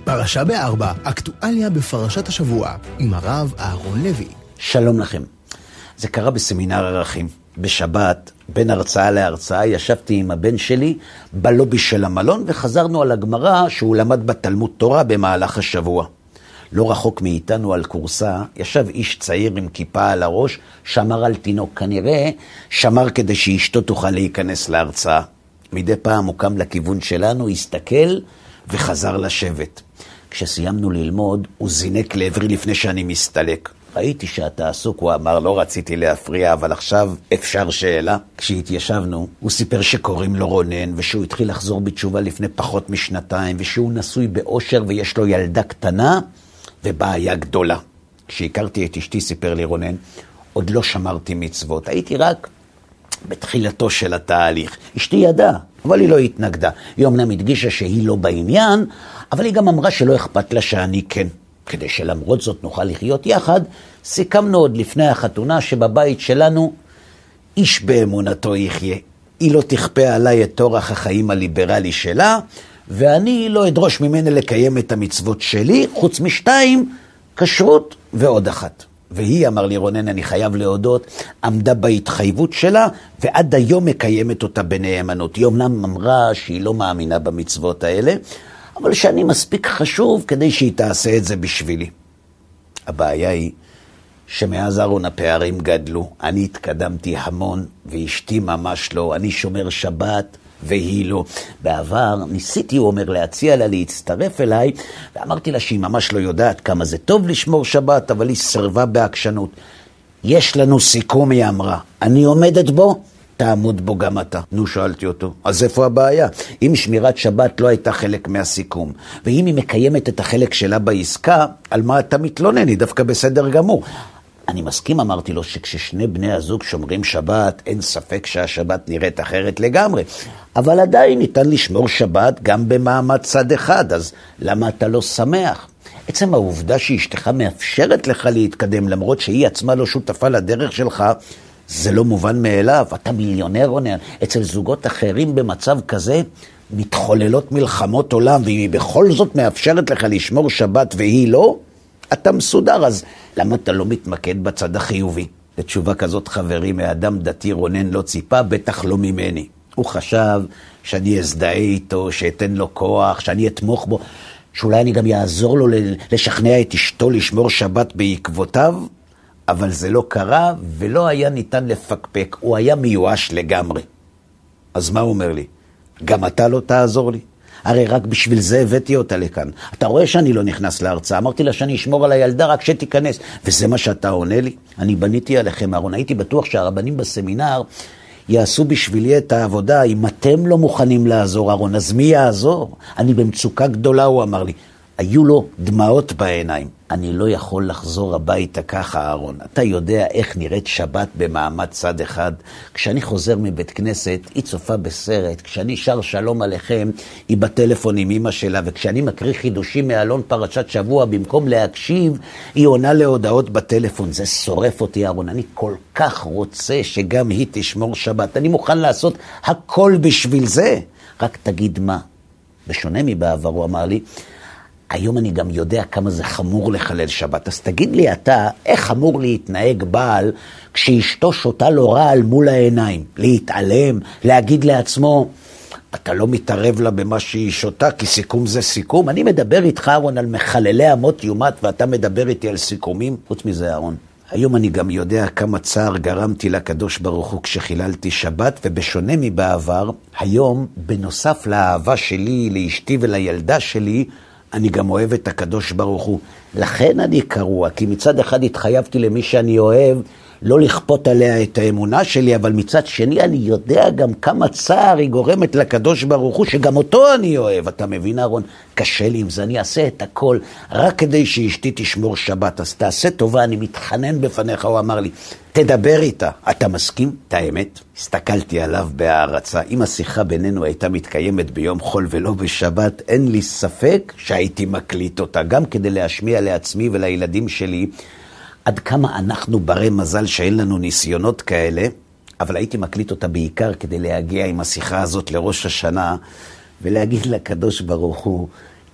פרשה בארבע, אקטואליה בפרשת השבוע, עם הרב אהרון לוי. שלום לכם. זה קרה בסמינר ערכים. בשבת, בין הרצאה להרצאה, ישבתי עם הבן שלי בלובי של המלון, וחזרנו על הגמרא שהוא למד בתלמוד תורה במהלך השבוע. לא רחוק מאיתנו על קורסה, ישב איש צעיר עם כיפה על הראש, שמר על תינוק, כנראה שמר כדי שאשתו תוכל להיכנס להרצאה. מדי פעם הוא קם לכיוון שלנו, הסתכל וחזר לשבת. כשסיימנו ללמוד, הוא זינק לעברי לפני שאני מסתלק. ראיתי שאתה עסוק, הוא אמר, לא רציתי להפריע, אבל עכשיו אפשר שאלה. כשהתיישבנו, הוא סיפר שקוראים לו רונן, ושהוא התחיל לחזור בתשובה לפני פחות משנתיים, ושהוא נשוי באושר ויש לו ילדה קטנה ובעיה גדולה. כשהכרתי את אשתי, סיפר לי רונן, עוד לא שמרתי מצוות, הייתי רק בתחילתו של התהליך. אשתי ידעה, אבל היא לא התנגדה. היא אמנם הדגישה שהיא לא בעניין, אבל היא גם אמרה שלא אכפת לה שאני כן. כדי שלמרות זאת נוכל לחיות יחד, סיכמנו עוד לפני החתונה שבבית שלנו איש באמונתו יחיה. היא לא תכפה עליי את אורח החיים הליברלי שלה, ואני לא אדרוש ממנה לקיים את המצוות שלי, חוץ משתיים, כשרות ועוד אחת. והיא, אמר לי רונן, אני חייב להודות, עמדה בהתחייבות שלה, ועד היום מקיימת אותה בנאמנות. היא אומנם אמרה שהיא לא מאמינה במצוות האלה, אבל שאני מספיק חשוב כדי שהיא תעשה את זה בשבילי. הבעיה היא שמאז ארון הפערים גדלו, אני התקדמתי המון, ואשתי ממש לא, אני שומר שבת, והיא לא. בעבר ניסיתי, הוא אומר, להציע לה להצטרף אליי, ואמרתי לה שהיא ממש לא יודעת כמה זה טוב לשמור שבת, אבל היא סרבה בהקשנות. יש לנו סיכום, היא אמרה, אני עומדת בו, תעמוד בו גם אתה. נו, שאלתי אותו, אז איפה הבעיה? אם שמירת שבת לא הייתה חלק מהסיכום, ואם היא מקיימת את החלק שלה בעסקה, על מה אתה מתלונן? היא דווקא בסדר גמור. אני מסכים, אמרתי לו, שכששני בני הזוג שומרים שבת, אין ספק שהשבת נראית אחרת לגמרי. אבל עדיין ניתן לשמור שבת גם במעמד צד אחד, אז למה אתה לא שמח? עצם העובדה שאשתך מאפשרת לך להתקדם, למרות שהיא עצמה לא שותפה לדרך שלך, זה לא מובן מאליו. אתה מיליונר רונן. אצל זוגות אחרים במצב כזה מתחוללות מלחמות עולם, והיא בכל זאת מאפשרת לך לשמור שבת והיא לא, אתה מסודר. אז למה אתה לא מתמקד בצד החיובי? לתשובה כזאת, חברי, מאדם דתי רונן לא ציפה, בטח לא ממני. הוא חשב שאני אזדהה איתו, שאתן לו כוח, שאני אתמוך בו, שאולי אני גם יעזור לו לשכנע את אשתו לשמור שבת בעקבותיו, אבל זה לא קרה ולא היה ניתן לפקפק, הוא היה מיואש לגמרי. אז מה הוא אומר לי? גם אתה לא תעזור לי? הרי רק בשביל זה הבאתי אותה לכאן. אתה רואה שאני לא נכנס להרצאה, אמרתי לה שאני אשמור על הילדה רק שתיכנס, וזה מה שאתה עונה לי? אני בניתי עליכם, אהרון, הייתי בטוח שהרבנים בסמינר יעשו בשבילי את העבודה. אם אתם לא מוכנים לעזור, אהרון, אז מי יעזור? אני במצוקה גדולה, הוא אמר לי. היו לו דמעות בעיניים. אני לא יכול לחזור הביתה ככה, אהרון. אתה יודע איך נראית שבת במעמד צד אחד. כשאני חוזר מבית כנסת, היא צופה בסרט. כשאני שר שלום עליכם, היא בטלפון עם אמא שלה. וכשאני מקריא חידושים מאלון פרשת שבוע, במקום להקשיב, היא עונה להודעות בטלפון. זה שורף אותי, אהרון. אני כל כך רוצה שגם היא תשמור שבת. אני מוכן לעשות הכל בשביל זה. רק תגיד מה. בשונה מבעבר, הוא אמר לי, היום אני גם יודע כמה זה חמור לחלל שבת. אז תגיד לי אתה, איך אמור להתנהג בעל כשאשתו שותה לו רעל מול העיניים? להתעלם, להגיד לעצמו, אתה לא מתערב לה במה שהיא שותה, כי סיכום זה סיכום. אני מדבר איתך, אהרון, על מחללי אמות יומת, ואתה מדבר איתי על סיכומים. חוץ מזה, אהרון, היום אני גם יודע כמה צער גרמתי לקדוש ברוך הוא כשחיללתי שבת, ובשונה מבעבר, היום, בנוסף לאהבה שלי, לאשתי ולילדה שלי, אני גם אוהב את הקדוש ברוך הוא. לכן אני קרוע, כי מצד אחד התחייבתי למי שאני אוהב, לא לכפות עליה את האמונה שלי, אבל מצד שני אני יודע גם כמה צער היא גורמת לקדוש ברוך הוא, שגם אותו אני אוהב. אתה מבין, אהרון? קשה לי עם זה, אני אעשה את הכל, רק כדי שאשתי תשמור שבת. אז תעשה טובה, אני מתחנן בפניך, הוא אמר לי, תדבר איתה. אתה מסכים? את האמת? הסתכלתי עליו בהערצה. אם השיחה בינינו הייתה מתקיימת ביום חול ולא בשבת, אין לי ספק שהייתי מקליט אותה, גם כדי להשמיע לעצמי ולילדים שלי, עד כמה אנחנו ברי מזל שאין לנו ניסיונות כאלה, אבל הייתי מקליט אותה בעיקר כדי להגיע עם השיחה הזאת לראש השנה, ולהגיד לקדוש ברוך הוא,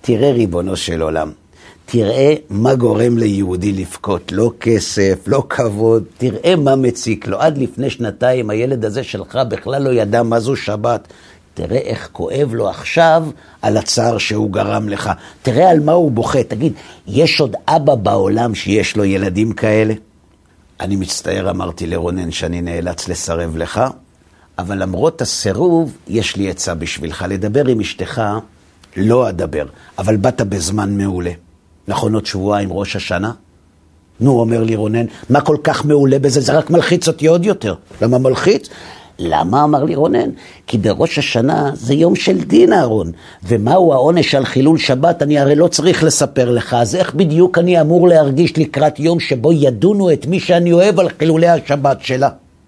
תראה ריבונו של עולם, תראה מה גורם ליהודי לבכות, לא כסף, לא כבוד, תראה מה מציק לו. עד לפני שנתיים הילד הזה שלך בכלל לא ידע מה זו שבת. תראה איך כואב לו עכשיו על הצער שהוא גרם לך. תראה על מה הוא בוכה. תגיד, יש עוד אבא בעולם שיש לו ילדים כאלה? אני מצטער, אמרתי לרונן שאני נאלץ לסרב לך, אבל למרות הסירוב, יש לי עצה בשבילך. לדבר עם אשתך, לא אדבר, אבל באת בזמן מעולה. נכון, עוד שבועיים ראש השנה? נו, אומר לי רונן, מה כל כך מעולה בזה? זה רק מלחיץ אותי עוד יותר. למה מלחיץ? למה, אמר לי רונן? כי בראש השנה זה יום של דין, אהרון. ומהו העונש על חילול שבת? אני הרי לא צריך לספר לך. אז איך בדיוק אני אמור להרגיש לקראת יום שבו ידונו את מי שאני אוהב על חילולי השבת שלה?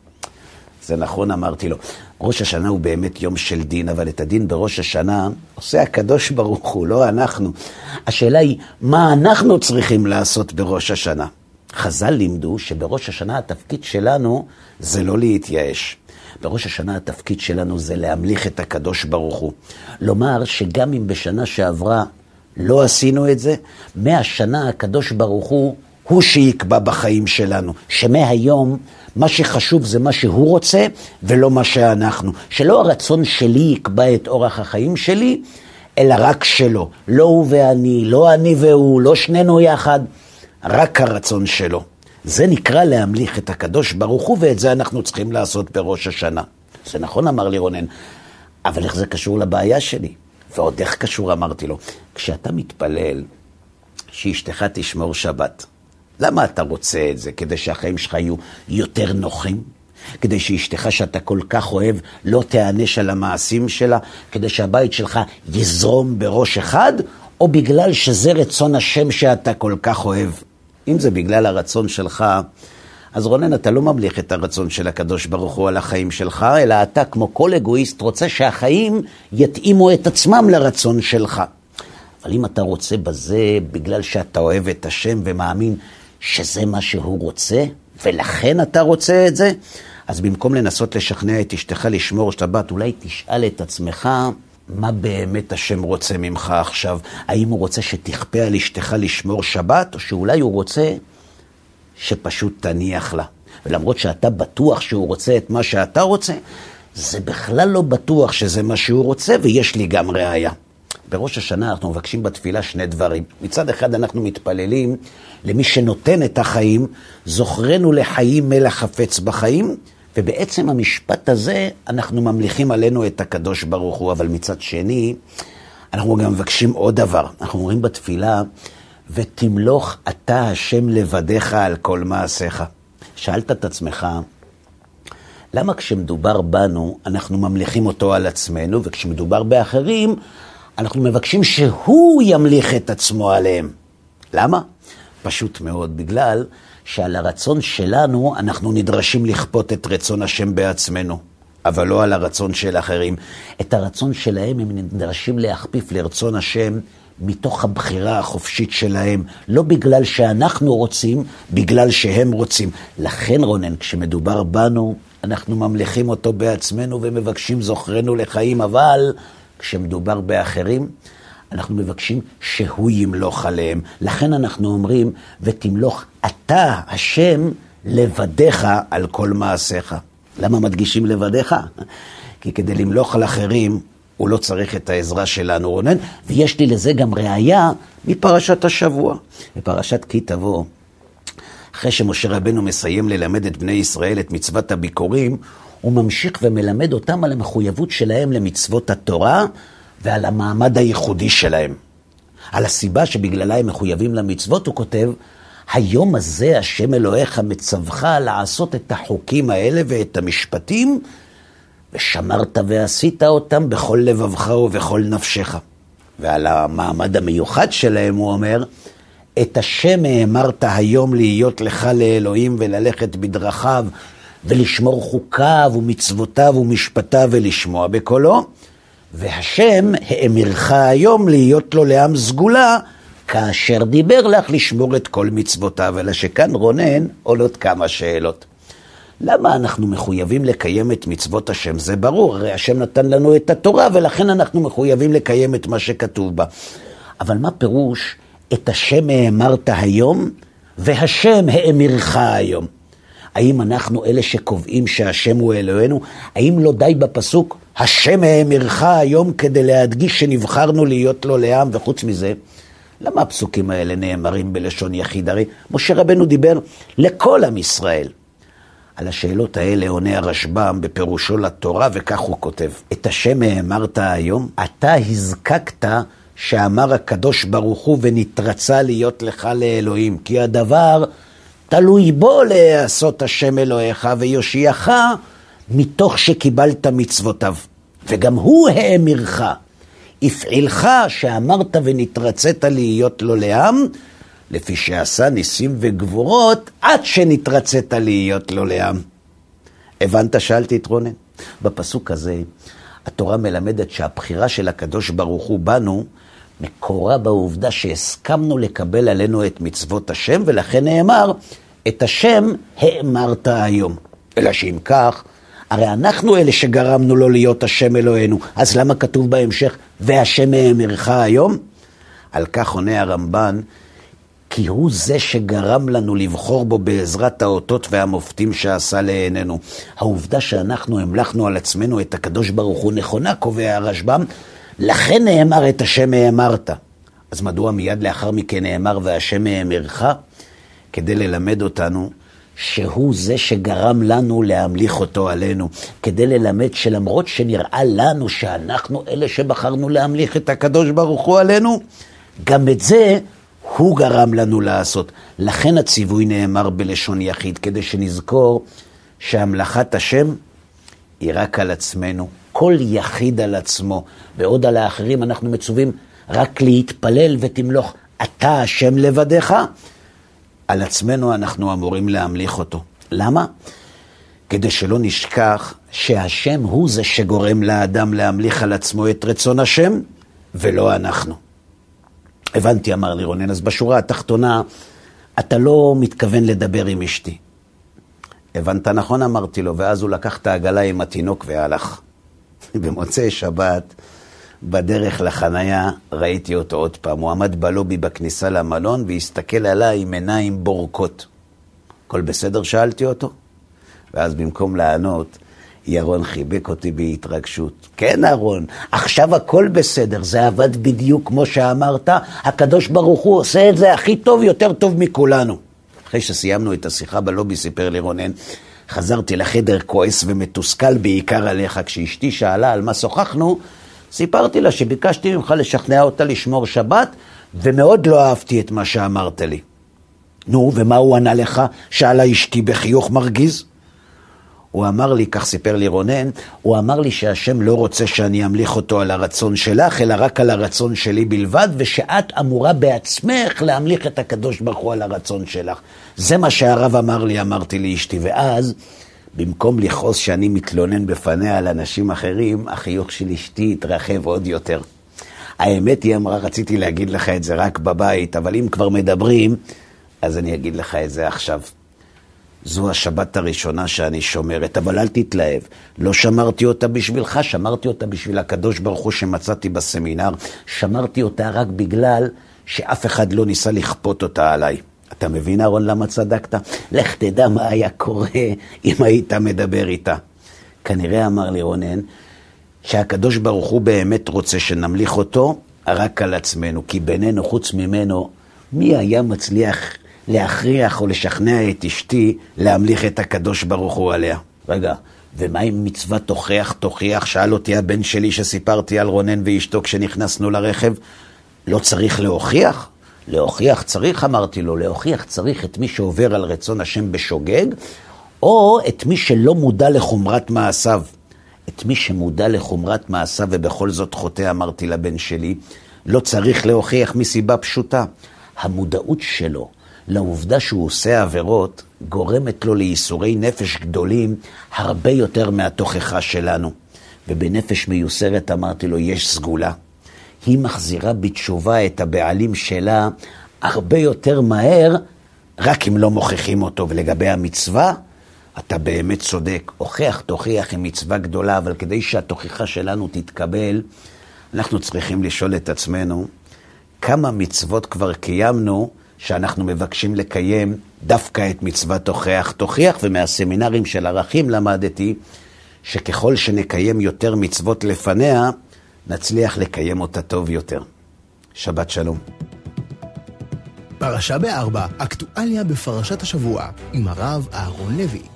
זה נכון, אמרתי לו. ראש השנה הוא באמת יום של דין, אבל את הדין בראש השנה עושה הקדוש ברוך הוא, לא אנחנו. השאלה היא, מה אנחנו צריכים לעשות בראש השנה? חז"ל לימדו שבראש השנה התפקיד שלנו זה לא להתייאש. בראש השנה התפקיד שלנו זה להמליך את הקדוש ברוך הוא. לומר שגם אם בשנה שעברה לא עשינו את זה, מהשנה הקדוש ברוך הוא שיקבע בחיים שלנו. שמהיום מה שחשוב זה מה שהוא רוצה ולא מה שאנחנו. שלא הרצון שלי יקבע את אורח החיים שלי, אלא רק שלו. לא הוא ואני, לא אני והוא, לא שנינו יחד, רק הרצון שלו. זה נקרא להמליך את הקדוש ברוך הוא, ואת זה אנחנו צריכים לעשות בראש השנה. זה נכון, אמר לי רונן, אבל איך זה קשור לבעיה שלי? ועוד איך קשור, אמרתי לו, כשאתה מתפלל שאשתך תשמור שבת, למה אתה רוצה את זה? כדי שהחיים שלך יהיו יותר נוחים? כדי שאשתך שאתה כל כך אוהב לא תענש על המעשים שלה? כדי שהבית שלך יזרום בראש אחד? או בגלל שזה רצון השם שאתה כל כך אוהב? אם זה בגלל הרצון שלך, אז רונן, אתה לא ממליך את הרצון של הקדוש ברוך הוא על החיים שלך, אלא אתה כמו כל אגואיסט רוצה שהחיים יתאימו את עצמם לרצון שלך. אבל אם אתה רוצה בזה בגלל שאתה אוהב את השם ומאמין שזה מה שהוא רוצה, ולכן אתה רוצה את זה, אז במקום לנסות לשכנע את אשתך לשמור שבת, אולי תשאל את עצמך מה באמת השם רוצה ממך עכשיו. האם הוא רוצה שתכפה על אשתך לשמור שבת, או שאולי הוא רוצה שפשוט תניח לה. ולמרות שאתה בטוח שהוא רוצה את מה שאתה רוצה, זה בכלל לא בטוח שזה מה שהוא רוצה, ויש לי גם ראיה. בראש השנה אנחנו מבקשים בתפילה שני דברים. מצד אחד אנחנו מתפללים למי שנותן את החיים, זוכרנו לחיים מלך חפץ בחיים, ובעצם המשפט הזה אנחנו ממליכים עלינו את הקדוש ברוך הוא. אבל מצד שני אנחנו גם מבקשים עוד דבר. אנחנו אומרים בתפילה, ותמלוך אתה השם לבדיך על כל מעשיך. שאלת את עצמך, למה כשמדובר בנו אנחנו ממליכים אותו על עצמנו, וכשמדובר באחרים אנחנו מבקשים שהוא ימליך את עצמו עליהם? למה? פשוט מאוד, בגלל שעל הרצון שלנו אנחנו נדרשים לכפות את רצון השם בעצמנו, אבל לא על הרצון של אחרים. את הרצון שלהם הם נדרשים להכפיף לרצון השם מתוך הבחירה החופשית שלהם, לא בגלל שאנחנו רוצים, בגלל שהם רוצים. לכן רונן, כשמדובר בנו, אנחנו ממליכים אותו בעצמנו ומבקשים זוכרנו לחיים, אבל כשמדובר באחרים, אנחנו מבקשים שהוא ימלוך עליהם. לכן אנחנו אומרים, ותמלוך אתה השם לבדיך על כל מעשיך. למה מדגישים לבדיך? כי כדי למלוך על אחרים, הוא לא צריך את העזרה שלנו, רונן, ויש לי לזה גם ראיה מפרשת השבוע. בפרשת כי תבוא, אחרי שמשה רבנו מסיים ללמד את בני ישראל את מצוות הביקורים, הוא ממשיך ומלמד אותם על המחויבות שלהם למצוות התורה, ועל המעמד הייחודי שלהם. על הסיבה שבגללה הם מחויבים למצוות, הוא כותב, היום הזה השם אלוהיך מצווך לעשות את החוקים האלה ואת המשפטים, ושמרת ועשית אותם בכל לבבך ובכל נפשך. ועל המעמד המיוחד שלהם הוא אומר, את השם האמרת היום להיות לך לאלוהים וללכת בדרכיו, ולשמור חוקיו ומצוותיו ומשפטיו ולשמוע בקולו, והשם האמירך היום להיות לו לעם סגולה, כאשר דיבר לך לשמור את כל מצוותיו. אלא שכאן רונן עולות כמה שאלות. למה אנחנו מחויבים לקיים את מצוות השם? זה ברור, הרי השם נתן לנו את התורה, ולכן אנחנו מחויבים לקיים את מה שכתוב בה. אבל מה פירוש את השם האמרת היום והשם האמירך היום? האם אנחנו אלה שקובעים שהשם הוא אלוהינו? האם לא די בפסוק השם האמירך היום כדי להדגיש שנבחרנו להיות לו לעם? וחוץ מזה, למה הפסוקים האלה נאמרים בלשון יחיד? הרי משה רבנו דיבר לכל עם ישראל. על השאלות האלה עונה הרשב"ם בפירושו לתורה, וכך הוא כותב: את השם האמרת היום, אתה הזקקת שאמר הקדוש ברוך הוא ונתרצה להיות לך לאלוהים, כי הדבר תלוי בו לעשות השם אלוהיך ויושיעך מתוך שקיבלת מצוותיו. וגם הוא האמירך, הפעילך שאמרת ונתרצית להיות לו לעם, לפי שעשה ניסים וגבורות עד שנתרצית להיות לו לעם. הבנת? שאלתי את רונן. בפסוק הזה התורה מלמדת שהבחירה של הקדוש ברוך הוא בנו מקורה בעובדה שהסכמנו לקבל עלינו את מצוות השם, ולכן נאמר את השם האמרת היום. אלא שאם כך, הרי אנחנו אלה שגרמנו לו להיות השם אלוהינו, אז למה כתוב בהמשך והשם האמירך היום? על כך עונה הרמב"ן, כי הוא זה שגרם לנו לבחור בו בעזרת האותות והמופתים שעשה לעינינו. העובדה שאנחנו המלכנו על עצמנו את הקדוש ברוך הוא נכונה, קובע הרשב"ם, לכן נאמר את השם האמרת. אז מדוע מיד לאחר מכן נאמר והשם האמירך? כדי ללמד אותנו שהוא זה שגרם לנו להמליך אותו עלינו, כדי ללמד שלמרות שנראה לנו שאנחנו אלה שבחרנו להמליך את הקדוש ברוך הוא עלינו, גם את זה הוא גרם לנו לעשות. לכן הציווי נאמר בלשון יחיד, כדי שנזכור שהמלכת השם היא רק על עצמנו, כל יחיד על עצמו, ועוד על האחרים אנחנו מצווים רק להתפלל ותמלוך אתה השם לבדך. על עצמנו אנחנו אמורים להמליך אותו. למה? כדי שלא נשכח שהשם הוא זה שגורם לאדם להמליך על עצמו את רצון השם, ולא אנחנו. הבנתי, אמר לי רונן, אז בשורה התחתונה, אתה לא מתכוון לדבר עם אשתי. הבנת נכון? אמרתי לו, ואז הוא לקח את העגלה עם התינוק והלך. במוצאי שבת, בדרך לחנייה, ראיתי אותו עוד פעם. הוא עמד בלובי בכניסה למלון, והסתכל עליי עם עיניים בורקות. הכל בסדר? שאלתי אותו. ואז במקום לענות, ירון חיבק אותי בהתרגשות. כן, אהרון, עכשיו הכל בסדר, זה עבד בדיוק כמו שאמרת, הקדוש ברוך הוא עושה את זה הכי טוב, יותר טוב מכולנו. אחרי שסיימנו את השיחה בלובי, סיפר לי רונן, חזרתי לחדר כועס ומתוסכל בעיקר עליך. כשאשתי שאלה על מה שוחחנו, סיפרתי לה שביקשתי ממך לשכנע אותה לשמור שבת, ומאוד לא אהבתי את מה שאמרת לי. נו, ומה הוא ענה לך? שאלה אשתי בחיוך מרגיז. הוא אמר לי, כך סיפר לי רונן, הוא אמר לי שהשם לא רוצה שאני אמליך אותו על הרצון שלך, אלא רק על הרצון שלי בלבד, ושאת אמורה בעצמך להמליך את הקדוש ברוך הוא על הרצון שלך. זה מה שהרב אמר לי, אמרתי לאשתי, ואז במקום לכעוס שאני מתלונן בפניה על אנשים אחרים, החיוך של אשתי התרחב עוד יותר. האמת היא, אמרה, רציתי להגיד לך את זה רק בבית, אבל אם כבר מדברים, אז אני אגיד לך את זה עכשיו. זו השבת הראשונה שאני שומרת, אבל אל תתלהב. לא שמרתי אותה בשבילך, שמרתי אותה בשביל הקדוש ברוך הוא שמצאתי בסמינר. שמרתי אותה רק בגלל שאף אחד לא ניסה לכפות אותה עליי. אתה מבין, אהרון, למה צדקת? לך תדע מה היה קורה אם היית מדבר איתה. כנראה, אמר לי רונן, שהקדוש ברוך הוא באמת רוצה שנמליך אותו רק על עצמנו, כי בינינו, חוץ ממנו, מי היה מצליח להכריח או לשכנע את אשתי להמליך את הקדוש ברוך הוא עליה? רגע, ומה עם מצווה תוכיח? שאל אותי הבן שלי שסיפרתי על רונן ואשתו כשנכנסנו לרכב, לא צריך להוכיח? להוכיח צריך, אמרתי לו, להוכיח צריך את מי שעובר על רצון השם בשוגג, או את מי שלא מודע לחומרת מעשיו. את מי שמודע לחומרת מעשיו ובכל זאת חוטא, אמרתי לבן שלי, לא צריך להוכיח מסיבה פשוטה. המודעות שלו לעובדה שהוא עושה עבירות גורמת לו לייסורי נפש גדולים הרבה יותר מהתוכחה שלנו. ובנפש מיוסרת, אמרתי לו, יש סגולה. היא מחזירה בתשובה את הבעלים שלה הרבה יותר מהר, רק אם לא מוכיחים אותו. ולגבי המצווה, אתה באמת צודק. תוכיח היא מצווה גדולה, אבל כדי שהתוכחה שלנו תתקבל, אנחנו צריכים לשאול את עצמנו, כמה מצוות כבר קיימנו, שאנחנו מבקשים לקיים דווקא את מצוות תוכיח תוכיח, ומהסמינרים של ערכים למדתי, שככל שנקיים יותר מצוות לפניה, נצליח לקיים אותה טוב יותר. שבת שלום. פרשה ב4, אקטואליה בפרשת השבוע, עם הרב אהרון לוי.